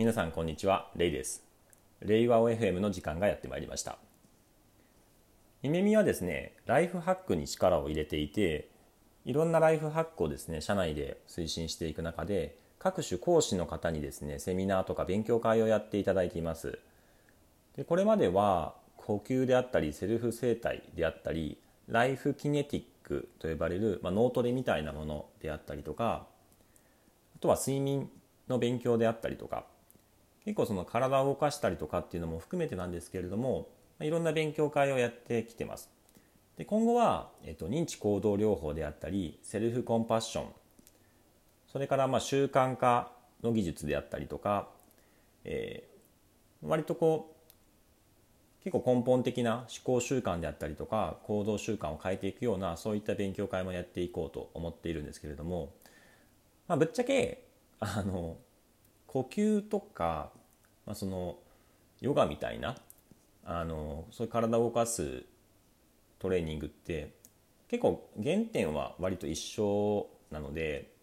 皆さんこんにちは、レイです。レイワオ FM の時間がやってまいりました。イメミはですね、ライフハックに力を入れていて、いろんなライフハックをですね、社内で推進していく中で、各種講師の方にですね、セミナーとか勉強会をやっていただいています。で、これまでは呼吸であったり、セルフ生態であったり、ライフキネティックと呼ばれる、脳トレみたいなものであったりとか、あとは睡眠の勉強であったりとか、結構その体を動かしたりとかっていうのも含めてなんですけれども、いろんな勉強会をやってきてます。で、今後は、認知行動療法であったりセルフコンパッション、それから習慣化の技術であったりとか、割と結構根本的な思考習慣であったりとか行動習慣を変えていくようなそういった勉強会もやっていこうと思っているんですけれども、ぶっちゃけ呼吸とか、そのヨガみたいなそういう体を動かすトレーニングって結構原点は割と一緒なので、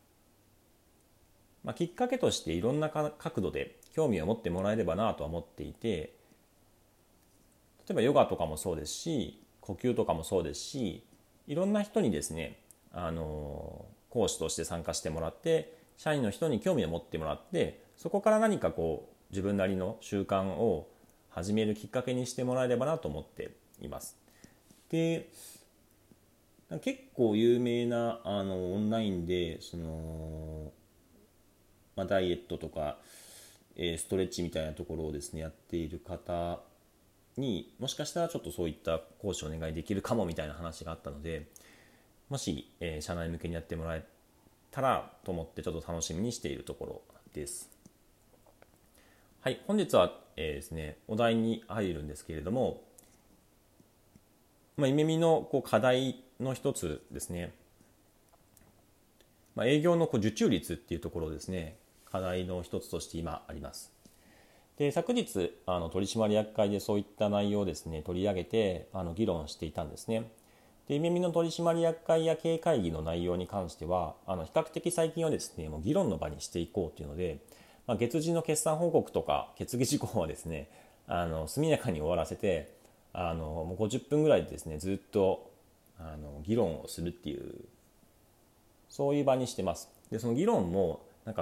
きっかけとしていろんな角度で興味を持ってもらえればなとは思っていて、例えばヨガとかもそうですし呼吸とかもそうですし、いろんな人にですね講師として参加してもらって社員の人に興味を持ってもらって、そこから何か自分なりの習慣を始めるきっかけにしてもらえればなと思っています。で、結構有名なオンラインでダイエットとか、ストレッチみたいなところをですねやっている方にもしかしたらちょっとそういった講師をお願いできるかもみたいな話があったので、もし、社内向けにやってもらえたらと思ってちょっと楽しみにしているところです。はい、本日は、ですねお題に入るんですけれども、イメミの課題の一つですね、営業の受注率っていうところですね、課題の一つとして今あります。で、昨日取締役会でそういった内容をですね取り上げて議論していたんですね。で、イメミの取締役会や経営会議の内容に関しては比較的最近はですねもう議論の場にしていこうというので、月次の決算報告とか決議事項はですね速やかに終わらせてもう50分ぐらいでですねずっと議論をするっていうそういう場にしてます。で、その議論も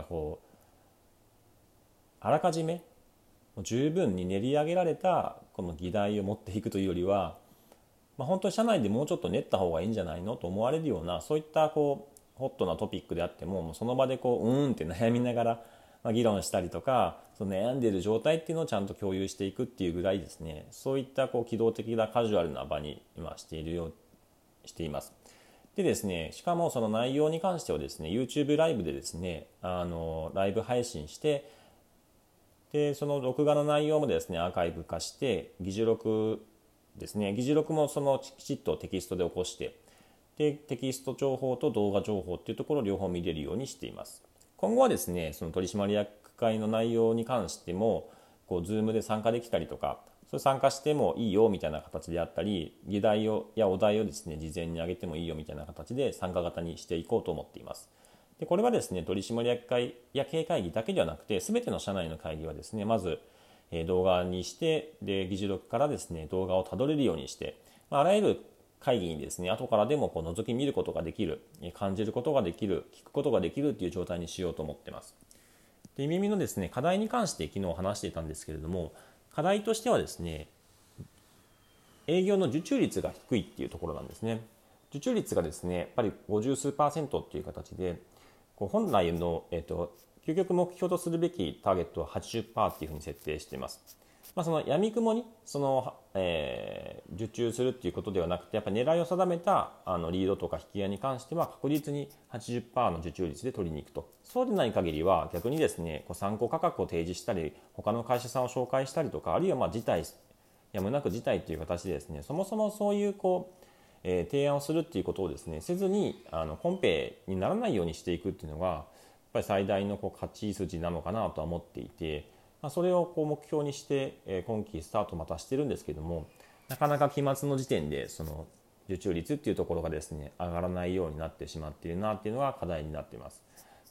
あらかじめ十分に練り上げられたこの議題を持っていくというよりは、本当に社内でもうちょっと練った方がいいんじゃないのと思われるようなそういったホットなトピックであっても、その場でって悩みながら議論したりとか、その悩んでいる状態っていうのをちゃんと共有していくっていうぐらいですね、そういった機動的なカジュアルな場に今しています。でですね、しかもその内容に関してはですね YouTube ライブでですねライブ配信して、でその録画の内容もですねアーカイブ化して、議事録ですね、議事録もきちっとテキストで起こして、でテキスト情報と動画情報っていうところを両方見れるようにしています。今後はですねその取締役会の内容に関してもZoom で参加できたりとか、それ参加してもいいよみたいな形であったり、議題やお題をですね事前に上げてもいいよみたいな形で参加型にしていこうと思っています。で、これはですね取締役会や経営会議だけではなくて、全ての社内の会議はですねまず動画にして、で議事録からですね動画をたどれるようにして、あらゆる会議にですね後からでも覗き見ることができる、感じることができる、聞くことができるっていう状態にしようと思っています。で、耳のですね課題に関して昨日話していたんですけれども、課題としてはですね営業の受注率が低いっていうところなんですね。受注率がですねやっぱり50数%っていう形で、本来の、究極目標とするべきターゲットは 80% っていうふうに設定しています。その闇雲に受注するっていうことではなくて、やっぱり狙いを定めたリードとか引き合いに関しては確実に 80% の受注率で取りに行くと。そうでない限りは逆にですね参考価格を提示したり、他の会社さんを紹介したりとか、あるいはやむなく辞退という形でですね、そもそもそういう提案をするっていうことをですねせずにコンペにならないようにしていくっていうのがやっぱり最大の勝ち筋なのかなとは思っていて、それを目標にして今期スタートまたしてるんですけども、なかなか期末の時点でその受注率っていうところがですね上がらないようになってしまっているなっていうのが課題になっています。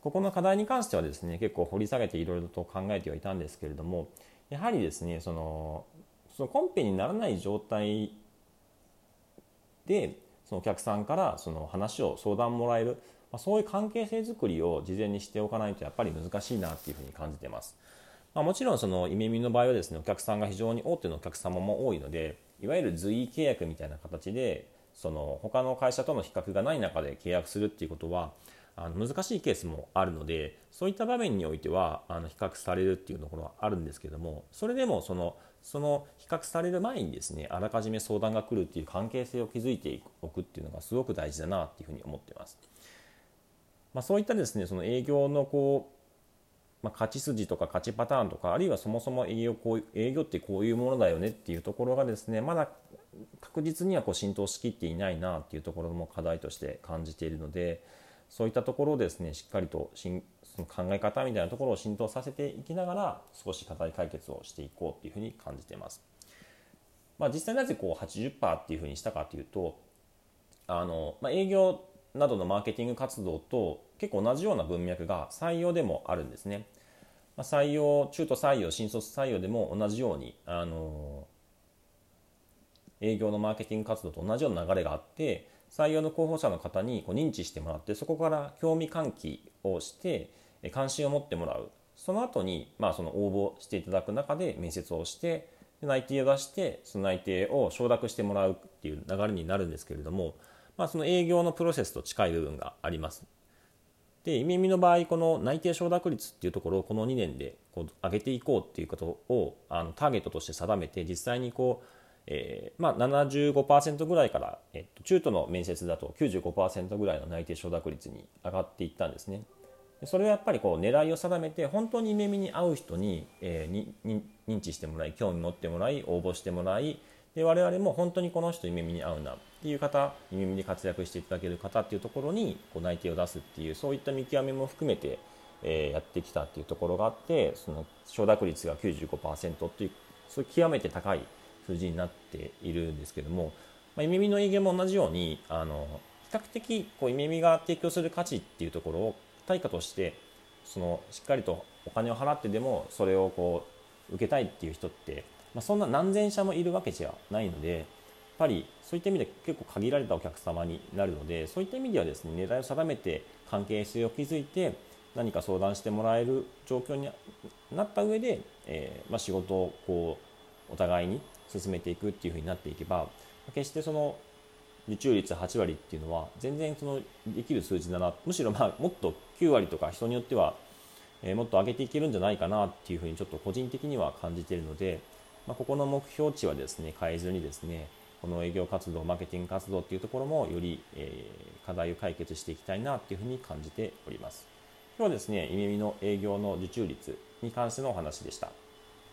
ここの課題に関してはですね結構掘り下げていろいろと考えてはいたんですけれども、やはりですねそのコンペにならない状態でそのお客さんからその話を相談もらえる、そういう関係性づくりを事前にしておかないとやっぱり難しいなっていうふうに感じてます。もちろんそのイメミの場合はですねお客さんが非常に大手のお客様も多いので、いわゆる随意契約みたいな形でその他の会社との比較がない中で契約するっていうことは難しいケースもあるので、そういった場面においては比較されるっていうところはあるんですけども、それでもその比較される前にですねあらかじめ相談が来るっていう関係性を築いておくっていうのがすごく大事だなっていうふうに思っています。そういったですねその営業の勝ち筋とか勝ちパターンとか、あるいはそもそも営業ってこういうものだよねっていうところがですねまだ確実には浸透しきっていないなっていうところも課題として感じているので、そういったところをですねしっかりとその考え方みたいなところを浸透させていきながら少し課題解決をしていこうっていうふうに感じています。実際なぜ80% っていうふうにしたかというと営業などのマーケティング活動と結構同じような文脈が採用でもあるんですね。採用、中途採用、新卒採用でも同じように営業のマーケティング活動と同じような流れがあって、採用の候補者の方に認知してもらって、そこから興味喚起をして関心を持ってもらう。その後にその応募していただく中で面接をして内定を出して、その内定を承諾してもらうっていう流れになるんですけれども、その営業のプロセスと近い部分があります。で、イメミの場合この内定承諾率っていうところをこの2年で上げていこうっていうことをターゲットとして定めて、実際に75% ぐらいから、中途の面接だと 95% ぐらいの内定承諾率に上がっていったんですね。それはやっぱり狙いを定めて本当にイメミに合う人に、認知してもらい、興味持ってもらい、応募してもらい、で我々も本当にこの人イメミに合うなっていう方、イメミで活躍していただける方っていうところに内定を出すっていう、そういった見極めも含めて、やってきたっていうところがあって、その承諾率が 95% っていう、そういう極めて高い数字になっているんですけども、イメミの営業も同じように比較的イメミが提供する価値っていうところを対価としてしっかりとお金を払ってでもそれを受けたいっていう人って、そんな何千社もいるわけじゃないので、やっぱりそういった意味で結構限られたお客様になるので、そういった意味ではですね狙いを定めて関係性を築いて何か相談してもらえる状況になった上で、仕事をお互いに進めていくっていう風になっていけば、決してその受注率8割っていうのは全然できる数字だな、むしろもっと9割とか人によってはもっと上げていけるんじゃないかなっていうふうにちょっと個人的には感じているので、ここの目標値はですね変えずにですね、この営業活動、マーケティング活動っていうところもより課題を解決していきたいなっていうふうに感じております。今日はですねイメミの営業の受注率に関してのお話でした。